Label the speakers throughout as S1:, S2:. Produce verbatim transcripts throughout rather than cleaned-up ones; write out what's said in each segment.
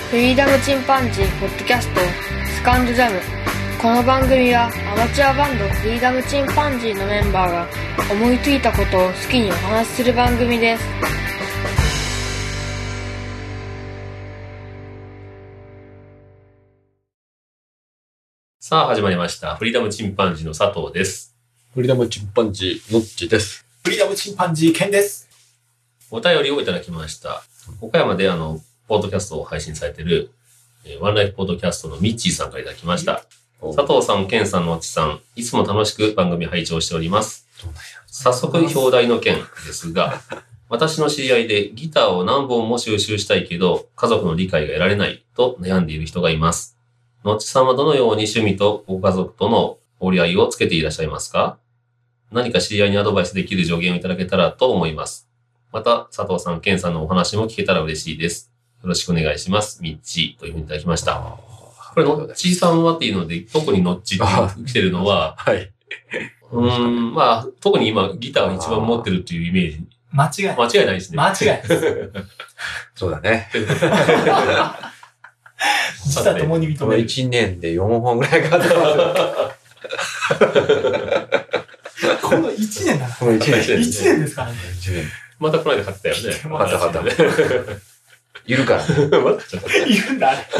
S1: フリーダムチンパンジーポッドキャストスカンドジャム。この番組はアマチュアバンドフリーダムチンパンジーのメンバーが思いついたことを好きにお話しする番組です。
S2: さあ始まりました。フリーダムチンパンジーの佐藤です。
S3: フリーダムチンパンジーのっちです。
S4: フリーダムチンパンジーケンです。
S2: お便りをいただきました。岡山であのポッドキャストを配信されている、えー、ワンライフポッドキャストのミッチーさんからいただきました。佐藤さん、ケンさん、のっちさん、いつも楽しく番組拝聴しております。早速表題の件ですが、私の知り合いでギターを何本も収集したいけど家族の理解が得られないと悩んでいる人がいます。のっちさんはどのように趣味とご家族との折り合いをつけていらっしゃいますか？何か知り合いにアドバイスできる助言をいただけたらと思います。また、佐藤さん、ケンさんのお話も聞けたら嬉しいです。よろしくお願いします。ミッチーというふうにいただきました。これ、のっちーさんはっていうので、特にのっちって来てるのは、
S3: はい。
S2: うーん、まあ、特に今、ギターを一番持ってるっていうイメージ。
S4: 間違いない。
S2: 間違いないですね。
S4: 間違いないです。
S3: そうだね。
S4: 自他ともに認める。
S3: いちねんでよんほんぐらい買ってます。
S4: このいちねんだな。
S3: このいちねん。
S4: いちねんですからね。
S3: いちねん。
S2: またこの間買ったよね。
S3: 買った買った。いるからね。
S2: またちょっと。
S4: いるんだ、あれ。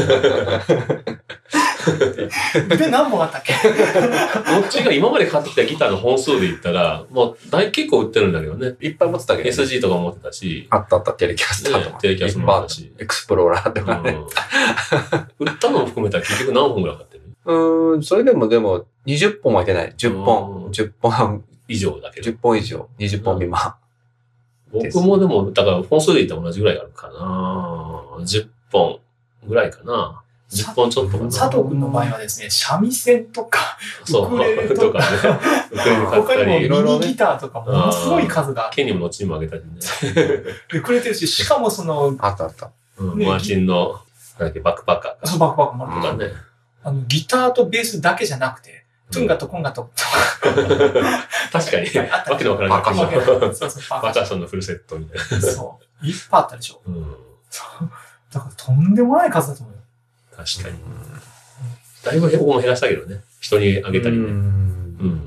S4: で、何本あったっけ？
S2: どっちが今まで買ってきたギターの本数で言ったら、もう大結構売ってるんだけどね。
S3: いっぱい持ってたけど、ね。
S2: エスジー とか持ってたし。
S3: あったあった、テレキャスターとか。
S2: ね、テレキャスもあったし。
S3: エクスプローラーとかね。
S2: うん、売ったのも含めたら結局何本ぐらい買ってる？
S3: うーん、それでもでもにじゅっぽんはいてない。じゅっぽん。じゅっぽん。
S2: 以上だけど。
S3: じゅっぽん以上。にじゅっぽん未満。
S2: 僕もでも、だから本数で言ったら同じぐらいあるかな。じゅっぽんぐらいかな。じゅっぽんちょっとかな。
S4: 佐藤君の場合はですね、三味線とか、
S2: そう、
S4: ウクレレとか、
S2: ウクレレ買ったり、
S4: 他にもミニギターとかものすごい数が。
S2: ケンにものっちにもあげたりね。
S4: で、くれてるし、しかもその、
S3: あったあった。
S2: うん、マーチンの、なんだっけ、バックパッカーか。
S4: そう、バックパッカーもある
S2: とかね。
S4: あの、ギターとベースだけじゃなくて、トゥンガとコンガと。
S2: 確かに。わけのわからない。
S4: パーそうそう、
S2: パーカッションのフルセットみたいな。
S4: そう。いっぱいあったでしょ。
S2: うん。
S4: だからとんでもない数だと思うよ。
S2: 確かに。だいぶ僕も減らしたけどね。人にあげたりね。うん。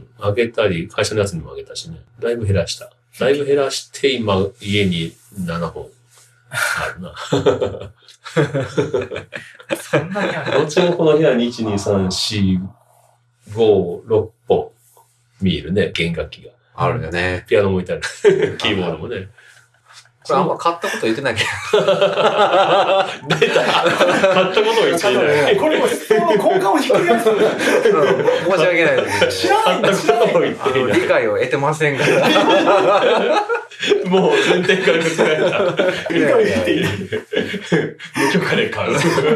S2: あげたり、会社のやつにもあげたしね。だいぶ減らした。だいぶ減らして、今、家にななほんあるな。
S4: そんなにある。
S2: どっちもこの部屋にいち、に、さん、よん、ご、ろっぽん見えるね、弦楽器が。
S3: あるよね。
S2: ピアノもいたり、キーボードもね。
S3: これあんま買ったこと言ってないけど。
S2: 出た。買ったことを言っていない。
S4: これも質問の根幹をひっくり返す。
S3: 申し訳ないです。
S4: 知らないんだ、知らない。
S3: 理解を得てませんから。
S2: もう前提から覆った。
S4: 理解を得ている。
S2: 無許可で買う。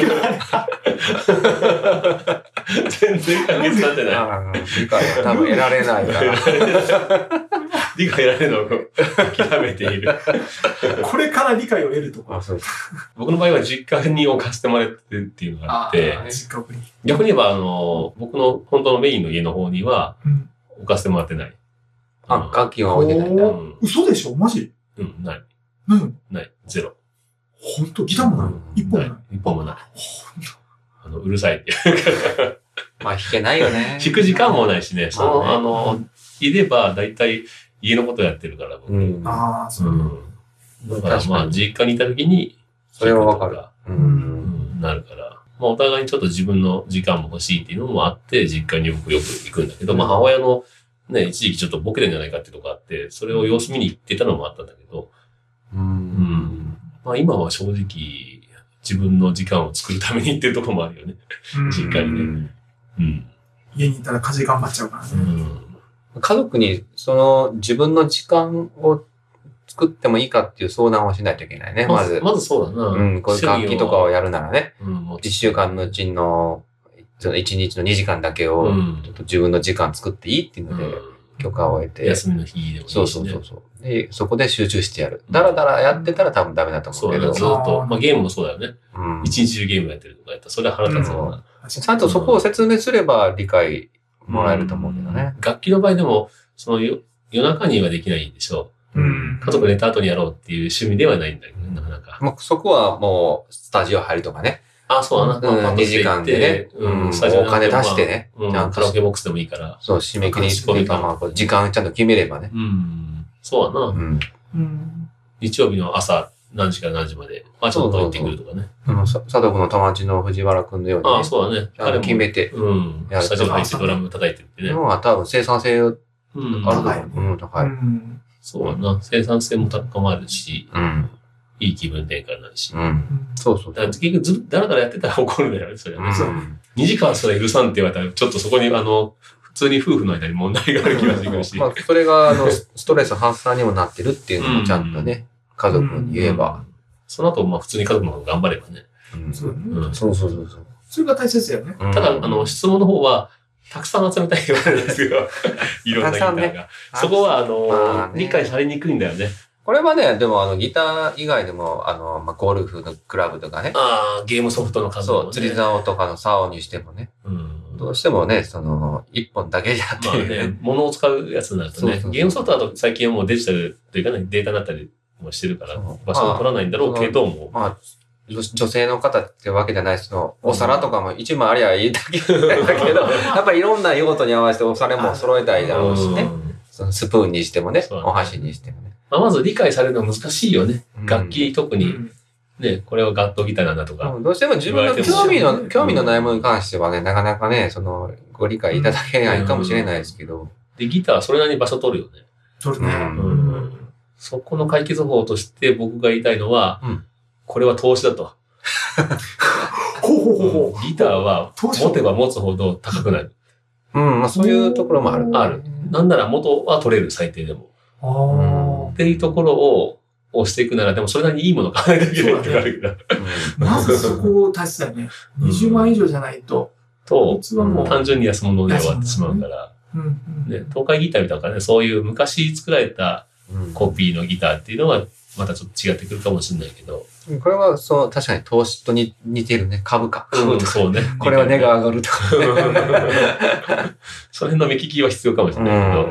S2: 全然関係使ってない。
S3: 理解は多分得られないから。
S2: 理解得られるのを諦めている。
S4: これから理解を得るとこ。
S2: 僕の場合は実家に置かせてもらってるっていうのがあって、
S4: 実家送り。
S2: 逆に言えば、あの、僕の本当のメインの家の方には置かせてもらってない。
S3: あ、楽器は置いてないんだ。
S4: 嘘でしょ？マジ？
S2: うん、ない。
S4: うん。
S2: ない。ゼロ。
S4: ほんと？ギターもない？一本もない？
S2: 一本もない。
S4: ほんと？
S2: あの、うるさいっていうか。
S3: まあ弾けないよね。
S2: 弾く時間もないしね。その、あの、いれば大体家のことやってるから、僕。
S4: ああ、そう。
S2: だからまあ、実家にいた時に、
S3: それはわかる。
S2: うん。なるから。まあ、お互いにちょっと自分の時間も欲しいっていうのもあって、実家によくよく行くんだけど、まあ、母親のね、一時期ちょっとボケてんじゃないかっていうとこあって、それを様子見に行ってたのもあったんだけど、
S3: うん。
S2: まあ、今は正直、自分の時間を作るために行ってるところもあるよね。実家にね。うん。
S4: 家にいたら家事頑張っちゃうからね。
S3: うん、家族にその自分の時間を作ってもいいかっていう相談をしないといけないね、まず。
S2: まずそうだな。
S3: うん、こういう楽器とかをやるならね。
S2: うん、
S3: 一週間のうちの、その一日のにじかんだけを、ちょっと自分の時間作っていいっていうので、許可を得て。
S2: 休みの日でもいいし、ね。
S3: そうそうそうそう。で、そこで集中してやる。だらだらやってたら多分ダメだと思うけど。
S2: そうだ、ずっと。まあゲームもそうだよね。
S3: うん。
S2: 一日中ゲームやってるとかやったら、それは腹立つよな。
S3: ちゃんとそこを説明すれば理解もらえると思うけどね。
S2: 楽器の場合でも、その夜中にはできないでしょう。うん。家族寝た後にやろうっていう趣味ではないんだけどね、なかなか。
S3: もうそこはもう、スタジオ入りとかね。
S2: あ、そうだな。
S3: うん、にじかんでね、
S2: うん、
S3: お
S2: スタジオ
S3: 金出してね、
S2: うん、
S3: ちゃんと
S2: カラオケボックスでもいいから。
S3: そう、締め切りっていうか、まあ、こう時間ちゃんと決めればね。
S2: うん。そうだな。
S3: うん。
S4: うん。
S2: 日曜日の朝何時から何時まで、まあちょっと行ってくるとかね。
S3: あの、さ佐藤君の友達の藤原君のようにね。
S2: ああ、そうだね。
S3: ちゃんと決めて。
S2: うん。スタジオ入ってドラム叩いてってね。
S3: のは多分生産性ある
S2: うん。
S3: と思う。うん、高い。
S2: そうだな。生産性も高まるし、
S3: うん。
S2: いい気分転換になるし。
S3: うん。そうそう。
S2: だから結局ずっとだらだらやってたら怒るんだよね、それはね。
S3: うん。
S2: にじかんすら許さんって言われたら、ちょっとそこにあの、普通に夫婦の間に問題がある気がしてくるし。
S3: まあ、それが、あの、ストレス発散にもなってるっていうのもちゃんとね、家族に言えば。
S2: その後、まあ普通に家族の方が頑張ればね。
S3: うん。
S4: そうだね。
S2: うん。
S3: そうそうそうそう。
S4: それが大切だよね。
S2: ただ、あの、質問の方は、たくさん集めたい言われるんですけど、いろんなギターが。そこは、あの、理解されにくいんだよね。
S3: これはね、でもあの、ギター以外でも、あの、まあ、ゴルフのクラブとかね。
S2: ああ、ゲームソフトの数も、ね。
S3: そう、釣り竿とかの竿にしてもね。うん。どうしてもね、その、一本だけじゃっていう、
S2: ね。まあね、物を使うやつになるとね、そうそうそうゲームソフトだと最近はもうデジタルというかね、データになったりもしてるから、場所も取らないんだろうけども。
S3: まあ、まあ女性の方ってわけじゃないですけど、お皿とかも一枚ありゃいいだけだけど、やっぱりいろんな用途に合わせてお皿も揃えたいだろうしね。そのスプーンにしてもね、お箸にしてもね。
S2: まあ、まず理解されるのは難しいよね。うん、楽器特に、うん、ね、これはガットギターなんだとか。
S3: どうしても自分の興味の、興味のないものに関してはね、なかなかね、その、ご理解いただけないかもしれないですけど。
S2: で、ギターはそれなりに場所取るよね。
S4: 取るね。
S2: うん。そこの解決法として僕が言いたいのは、うん、これは投資だと。
S4: ほうほうほうほ
S2: う。ギターは持てば持つほど高くなる。
S3: うん、まあそういうところもある。
S2: ある。なんなら元は取れる、最低でも。あっていうところを押していくなら、でもそれなりにいいものを買わないといけないってあるから。
S4: まずそこ大切だよね。にじゅうまん以上じゃないと。
S2: と、単純に安物で終わってしまうから。ね、東海ギターとかね、そういう昔作られたコピーのギターっていうのは、またちょっと違ってくるかもしれないけど。
S3: これは、そう、確かに投資とに似てるね。株価。
S2: 株とか。そうね。
S3: これは値が上がるとか。
S2: その辺の目利きは必要かもしれないけど。うん、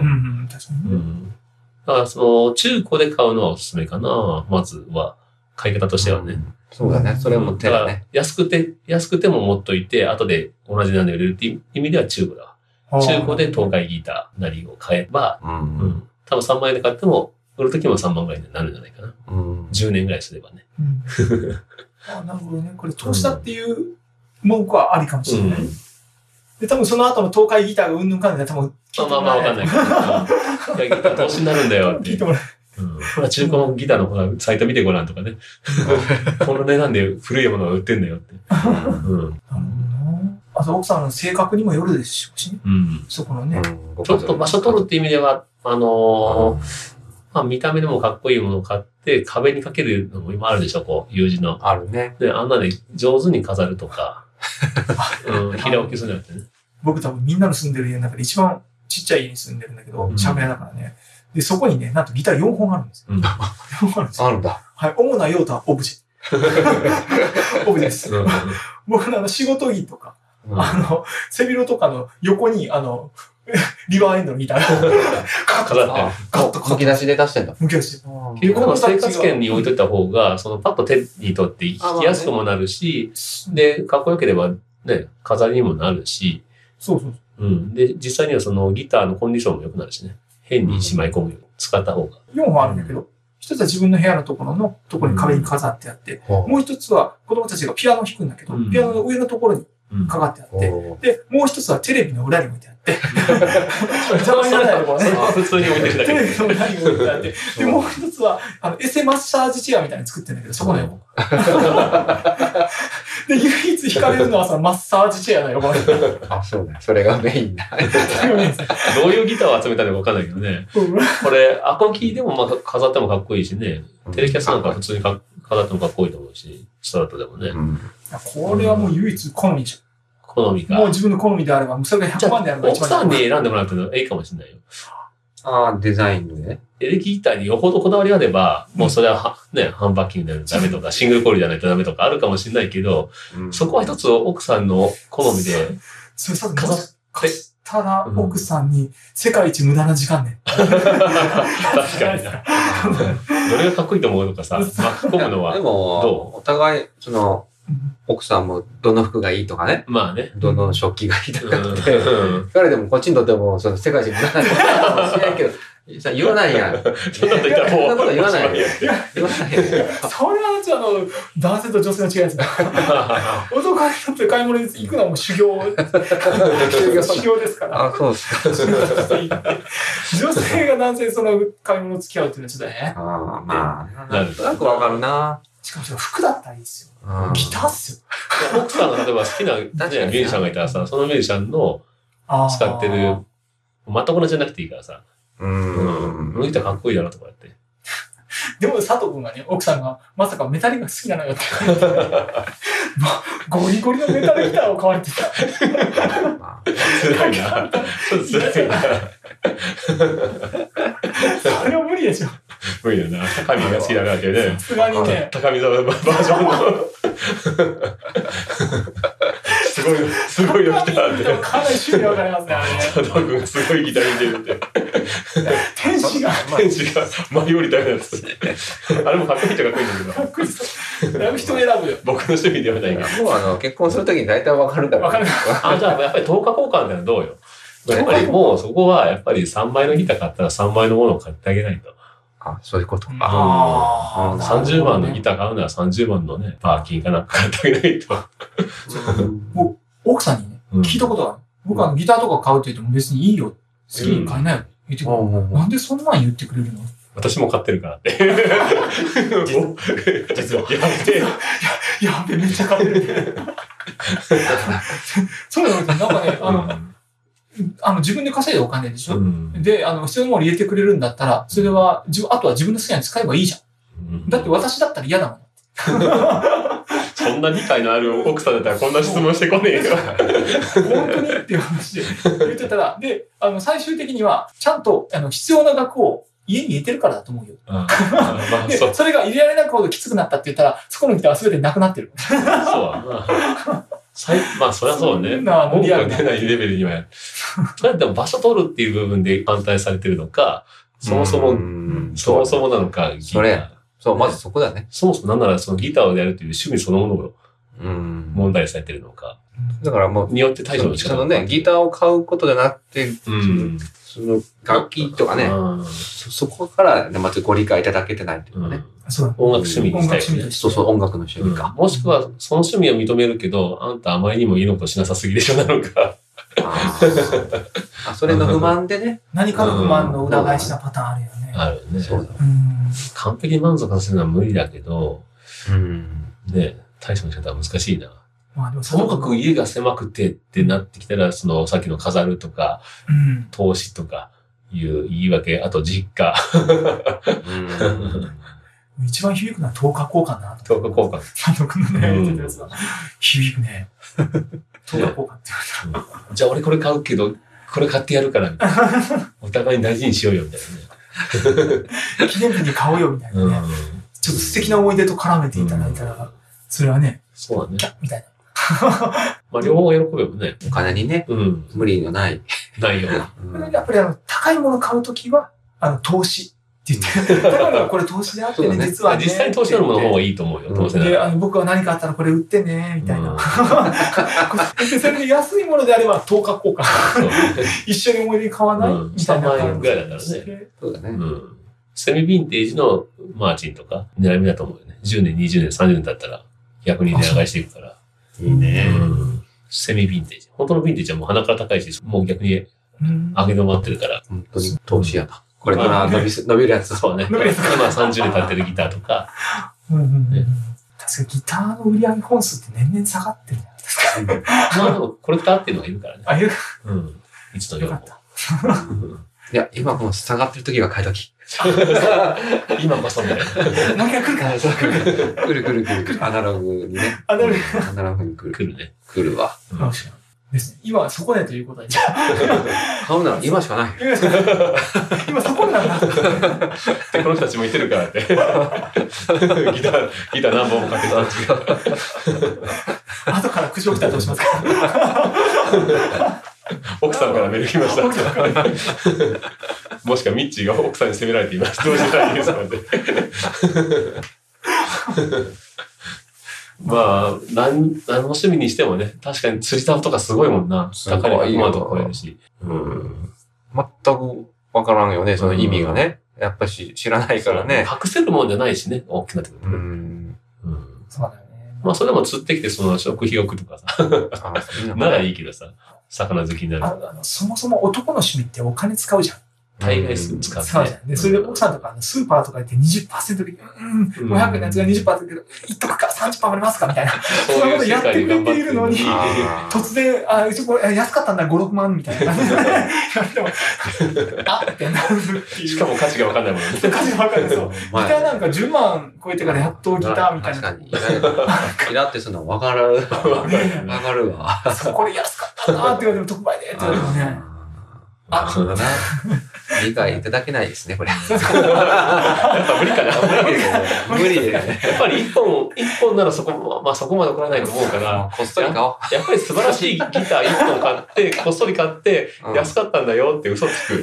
S2: 確かに。うん。だから、その、中古で買うのはおすすめかな。まずは、買い方としてはね。
S3: そうだね。それも手だね。
S2: 安くて、安くても持っといて、後で同じなんで売れるっていう意味では中古だわ。中古で東海ギターなりを買えば、うん。多分さんまん円で買っても、売るときもさんまんぐらいになるんじゃないかな。うん、じゅうねんぐらいすればね。うん、
S4: あなるほどね。これ投資だっていう文句はありかもしれない。うん、で、多分その後の東海ギターがうんぬんかんぬんで多分聞いてもらえない。まあまあわかんないから。いや、ギター投資になるんだよって。聞いてもらえない。うん。ほら、中古のギターのほら、サイト見てごらんとかね。この値段で古いものが売ってんだよって。うん。なるほどな。あと奥さんの性格にもよるでしょうしね。うん。そこのね。うん、ちょっと場所取るっていう意味では、あのー、まあ見た目でもかっこいいものを買って壁にかけるのも今あるでしょ、こう、U 字の。
S3: あるね。
S2: で、あんなで上手に飾るとか、うん、平置きするんじゃなくてね。
S4: 僕多分みんなの住んでる家の中で一番ちっちゃい家に住んでるんだけど、しゃべ屋だからね。で、そこにね、なんとギターよんほんあるんですよ。うん、よんほんあるんですよ。
S3: あるんだ。
S4: はい。主な用途はオブジェ。オブジェです。うん、僕のあの仕事着とか、うん、あの、背広とかの横に、あの、リバーエンドのギターを
S2: 飾って、
S3: ガッとむき出しで出してんだ。
S4: むき出しで。
S2: 結局生活圏に置いといた方が、そのパッと手に取って弾きやすくもなるし、で、かっこよければね、飾りにもなるし、
S4: そうそう
S2: そう。うん。で、実際にはそのギターのコンディションも良くなるしね。変にしまい込むように使った方が。
S4: よんほんあるんだけど、一つは自分の部屋のところのところに壁に飾ってあって、もう一つは子供たちがピアノを弾くんだけど、ピアノの上のところにかかってあって、で、もう一つはテレビの裏に置いてあって、邪魔にならないところね。
S2: 普通に置いてるだけ。
S4: テレビの裏に置いてあって、で、もう一つは、あの、エセマッサージチェアみたいに作ってるんだけど、そこの横。で、唯一惹かれるのはそのマッサージチェアの横。
S3: あ、そうね。それがメインだ。
S2: どういうギターを集めたのかわかんないけどね。これ、アコギでもまあ飾ってもかっこいいしね。テレキャスなんか普通に飾ってもかっこいいと思うし、ストラットでもね。
S4: これはもう唯一好みじゃん。
S2: 好みか。
S4: もう自分の好みであれば、それがひゃくまんであれば
S2: 一番。奥さんに選んでもらうといいかもしれないよ。
S3: ああ、デザインでね。
S2: エレキギターによほどこだわりあれば、もうそれはは、ね、ハンバッキングでダメとか、シングルコイルじゃないとダメとかあるかもしれないけど、うん、そこは一つ奥さんの好みで、
S4: それさ、飾ったら奥さんに世界一無駄な時間ね。確か
S2: にな。どれがかっこいいと思うのかさ、巻き込むのは。
S3: でも、どうお互い、その、 奥さんもどの服がいいとかね。
S2: まあね。
S3: どの食器がいいとかって。彼でもこっちにとっても、その世界中無駄なことかもしれないけど、言わないやん。
S2: そんなこと言ったらもう。
S3: そんなこと言わないやん。言わないやん。
S4: それはちょっとあの、男性と女性の違いですね。男にとって買い物に行くのはもう修行。修行ですから。
S3: あ、そうですか。
S4: 女性が男性その買い物付き合うっていうのはちょっとね。
S3: ああ、まあ、なんとなくわかるな。
S4: しかも服だったらいいですよ。ギターっす
S2: よ。奥さんが例えば好きなミュージシャンがいたらさ、そのミュージシャンの使ってる、全く同じじゃなくていいからさ。うん。この人かっこいいだなとかやって。
S4: でも佐藤君がね、奥さんがまさかメタリが好きなのよって言って、ゴリゴリのメタルギターを買われてた。
S2: 辛いな。ちょっと辛いな。
S4: それは無理でしょ。
S2: 無理だな。高見が好きだからけどね。
S4: さすがにね。
S2: 高見沢バージョンの。すごい、すごいのギターって。
S4: かなり趣味分かりますね、あれね。
S2: 佐藤君がすごいギター見てるって。
S4: 天使が。
S2: 天使が舞い降りたようなやつ。あれもかっこいいっちゃかっこいいんだけど。
S4: かっこいいです。だいぶ人選ぶよ。
S2: 僕の趣味ではないから。
S3: もうあの、結婚するときに大体分かるから。
S4: 分かる。
S2: あ、じゃあやっぱり等価交換ってのはどうよ。やっぱりもうそこはやっぱりさんまいのギター買ったらさんまいのものを買ってあげないと。
S3: あ、そういうことか。
S2: ああ。さんじゅうまんのギター買うならさんじゅうまんのね、バーキンかなんか買ってあげないと。
S4: もう奥さんにね、聞いたことがある。僕はギターとか買うって言っても別にいいよ。好きに買えないよ。言ってくる。なんでそんなん言ってくれるの？
S2: 私も買ってるからって。実は。やべえ。
S4: やべえ、めっちゃ買ってる。そうだよ、なんかね、あの、あの、自分で稼いでお金でしょ、うん、で、あの、必要なもの入れてくれるんだったら、それは、自分、あとは自分の好きなに使えばいいじゃん。うん、だって私だったら嫌だもん。
S2: そんな理解のある奥さんだったらこんな質問してこねえよ。
S4: 本当にっていう話で言ってたら、で、あの、最終的には、ちゃんと、あの、必要な額を家に入れてるからだと思うよ。ああまあ、で、それが入れられなくほどきつくなったって言ったら、そこのギターは全てなくなってる。
S2: そうだな。まあ、そりゃそうね。音楽が出ないレベルにはやる。それでも場所取るっていう部分で反対されてるのか、そもそも、そもそもなのか、
S3: それ、そう、まずそこだね。
S2: そもそもなんならそのギターをやるという趣味そのものを問題されてるのか。
S3: だからもう、
S2: によって対処の仕方。
S3: そのね、ギターを買うことじゃなくて、うんその楽器とかね、そ, そこからね、まずご理解いただけてないっていうかね。
S2: うん、そう音楽趣味にしたい、ね。
S3: そうそう、音楽の趣味か、
S2: うん。もしくは、その趣味を認めるけど、あんたあまりにもいいのことしなさすぎでしょなのか。
S3: ああ、それの不満でね。
S4: 何かの不満の裏返しなパターンあるよね。
S2: あるね。
S3: そうだ。
S2: 完璧に満足させるのは無理だけど、うん、ね、対処の仕方は難しいな。まあでもともかく家が狭くてってなってきたら、そのさっきの飾るとか、うん、投資とかいう言い訳、あと実家。
S4: うん、一番響くのは等価交換だなと。
S2: 等価交換。
S4: 佐藤君のね、言ってたやつが。響くね。等価交換って言われたら、
S2: うん。じゃあ俺これ買うけど、これ買ってやるからみたいな。お互いに大事にしようよみたい
S4: なね。記念日に買おうよみたいなね、うん。ちょっと素敵な思い出と絡めていただいたら、それはね、
S2: そうだね。
S4: キャッみたいな。
S2: まあ、両方喜べばね。
S3: お金にね、うん、無理のない。
S2: ないよ。
S4: うん、やっぱりあの、高いもの買うときは、あの、投資って言って、だからこれ投資であってね、実はね。
S2: 実際に投資のものの方がいいと思うよ、投資
S4: で、あの、僕は何かあったらこれ売ってね、みたいな。で、それで安いものであれば、等価交換。一緒に思い出買わない、みたいな。
S2: さんまんえんぐらいだったらね。
S3: そうだね。
S2: うん。セミヴィンテージのマーチンとか、狙い目だと思うよね。じゅうねん、にじゅうねん、さんじゅうねん経ったら、逆に値上がりしていくから。
S3: いいね、うん。
S2: セミヴィンテージ。本当のヴィンテージはもう鼻から高いし、もう逆に上げ止まってるから。
S3: 本当に投資やな。これから伸び、伸びるやつ。
S2: そうね。今さんじゅうねん経ってるギターとか。
S4: うんうんね、確かにギターの売り上げ本数って年々下がってるじゃないですか。
S2: まあでも、コレクターっていうのがいるからね。
S4: あ、いる
S2: うん。いつのよ
S4: かった。
S3: いや、今もう下がってる時が買い時。
S2: 今こそみたいな。
S4: もう一回来るか
S3: な。来る来る来る来る。アナログにね。
S4: アナログ。
S3: アナログに来る。
S2: 来るね。
S3: 来るわ。
S4: うん、ですね。今はそこでということで。
S3: 買うなら今しかない。
S4: 今しかない。今そこでなんだ。
S2: で、この人たちも言ってるからって。ギター、ギター何本も買ってた人たち
S4: が。後から苦情来たらどうしますか。
S2: 奥さんからメール来ました。もしくはミッチーが奥さんに責められています。どうしたらいいですかって。 まあ、何、何の趣味にしてもね、確かに釣り竿とかすごいもんな。高いひゃくまんと超えるし。うん。
S3: 全くわからんよね、その意味がね。やっぱし知らないからね。
S2: 隠せるもんじゃないしね、大きくなってくると。うん。うん。そうだよね。まあ、それも釣ってきて、その食費置くとかさ。ならいいけどさ、魚好きになる。
S4: あの、そもそも男の趣味ってお金使うじゃん。
S2: 大概使う、ね。
S4: 使うじゃん。で、それで奥さんとか、スーパーとか行って にじゅっパーセント で、うん、ごひゃくえんのやつが にじゅっパーセント だけど、いっとくか、さんじゅっパーセント 割れますかみたいな。そういうことやってくれているのに、突然、あ、うちこれ安かったんだ、ご、ろくまんみたいな。やっても、あってなるっていう。
S2: しかも価値がわかんないもんね。
S4: 価値がわかんない。そう。ギターなんかじゅうまん超えてからやっとギターみたいな。
S3: 確かに。ギターってそのわかる。わかるわ。
S4: そう、これ安かったなって言われても特売でって言われてもね。
S3: あ、そうだな。理解いただけないですね、これ。やっ
S2: ぱ無理かな。
S3: 無理で。
S2: やっぱり一本、一本ならそこ、まあそこまで怒らないと思うから、
S3: こっそり買おう。
S2: やっぱり素晴らしいギター一本買って、こっそり買って、安かったんだよって嘘つく。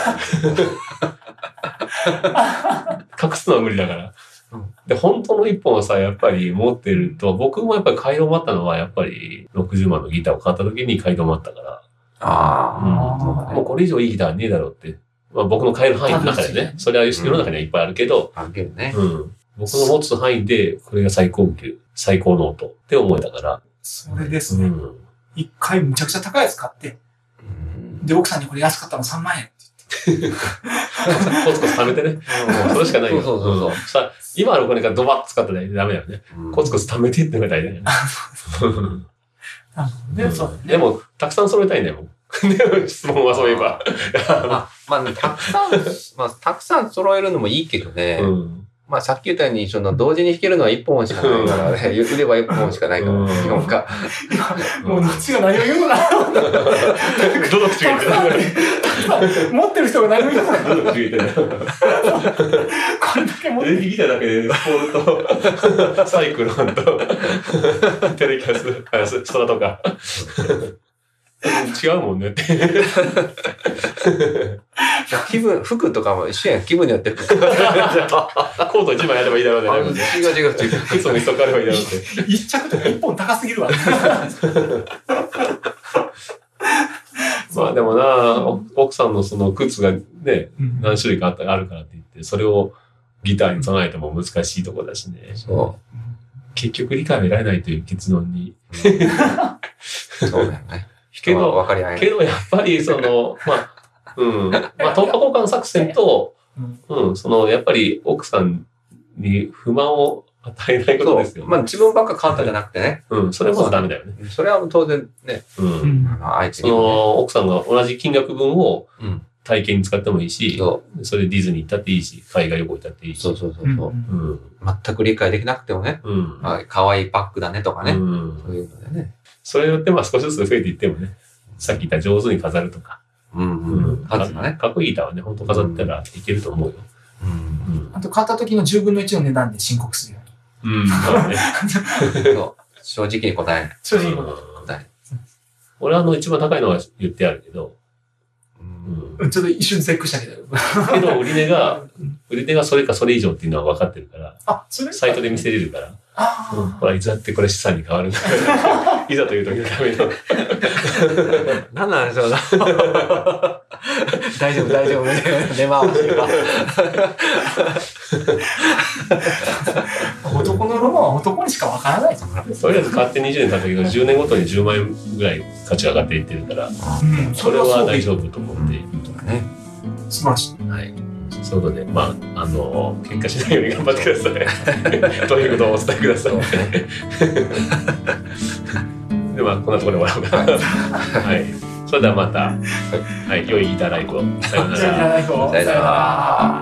S2: 隠すのは無理だから。で、本当の一本をさ、やっぱり持ってると、僕もやっぱり買い止まったのは、やっぱりろくじゅうまんのギターを買った時に買い止まったから。ああ、うん。もうこれ以上いいギターねえだろうって。まあ僕の買える範囲の中でね。それは世の中にはいっぱいあるけど。
S3: あるけどね。
S2: うん。僕の持つ範囲で、これが最高級、最高ノートって思えたから。
S4: それですね。一、うん、回むちゃくちゃ高いやつ買って。で、奥さんにこれ安かったのさんまんえんって言って。
S2: コツコツ貯めてね。もうそれしかないよ。
S3: そうそうそう。
S2: さ、今あるお金からドバッと使ったらダメだよね。コツコツ貯めてってのが大事だよね。で, そうね、でも、たくさん揃えたいんだよ。質問はそういえば。
S3: まあ、まあ、たくさん、まあ、たくさん揃えるのもいいけどね。うん、まあ、さっき言ったように、その、同時に弾けるのは一本しかないからね。言れば一本しかないから、基本か。
S4: もう、どっちが何を言うのかな。どの口が言ってる持ってる人が何を言うのかな。どの口が言ってるこれだけ持ってる。
S2: ギターだけで、スポールと、サイクロンと、テレキャス、ストラとか。違うもんねって。
S3: 気分、服とかも一緒やん。気分によって服。コ
S2: ート一枚やればいいだろうね。
S3: 違う違う違う。
S2: 靴も一足あればいいだろうって。
S4: 一着とか一本高すぎるわ。
S2: まあでもな、奥さんのその靴がね、何種類かあったあるからって言って、それをギターに備えても難しいところだしね。そう。結局理解を得られないという結論に。
S3: そうだよね。
S2: けど、けどやっぱりその、まあ、うん。まあ、等価交換作戦と、うん、その、やっぱり奥さんに不満を与えないことですよね。
S3: まあ自分ばっか変わったじゃなくてね。
S2: うん、それもダメだよね。
S3: それは当然ね。うん。
S2: あいつに、ね。その、奥さんが同じ金額分を体験に使ってもいいし、うん、それでディズニー行ったっていいし、海外旅行行ったっていいし。
S3: そうそうそうそう、うん。全く理解できなくてもね。うん。可愛いバッグだねとかね。うん。そういうのでね。
S2: それによってまあ少しずつ増えていってもね。さっき言った上手に飾るとか。
S3: うんうん。かつね。
S2: かっこいいギターはね、本当飾ったらいけると思うよ。
S4: うん。あと買った時のじゅうぶんのいちの値段で申告するように。
S2: うん。そうね。
S3: そう。正直に答えない。
S4: 正直に答えない。
S2: 俺はあの一番高いのは言ってあるけど。
S4: うん。ちょっと一瞬絶句したけど。
S2: けど売り値が、売り値がそれかそれ以上っていうのは分かってるから。
S4: あ、それ
S2: サイトで見せれるから。ああ、うん。ほら、いつだってこれ資産に変わるんだから。いざという時のための。
S3: 何なんでしょうな。大丈夫、大丈夫。根回しが。
S4: 男のロマンは男にしかわからないじゃん。
S2: とりあえず買ってにじゅうねん経ったけど、じゅうねんごとにじゅうまんえんぐらい価値上がっていってるから、うん、それは大丈夫と思って。
S4: ね、素晴らしい。
S2: はい。そういうことで、まあ、あの、喧嘩しないように頑張ってください。ということをお伝えください。では、こんなところで終わろうかな。はい。それではまた、はい、良いギターライフを。さようなら。
S4: さようなら。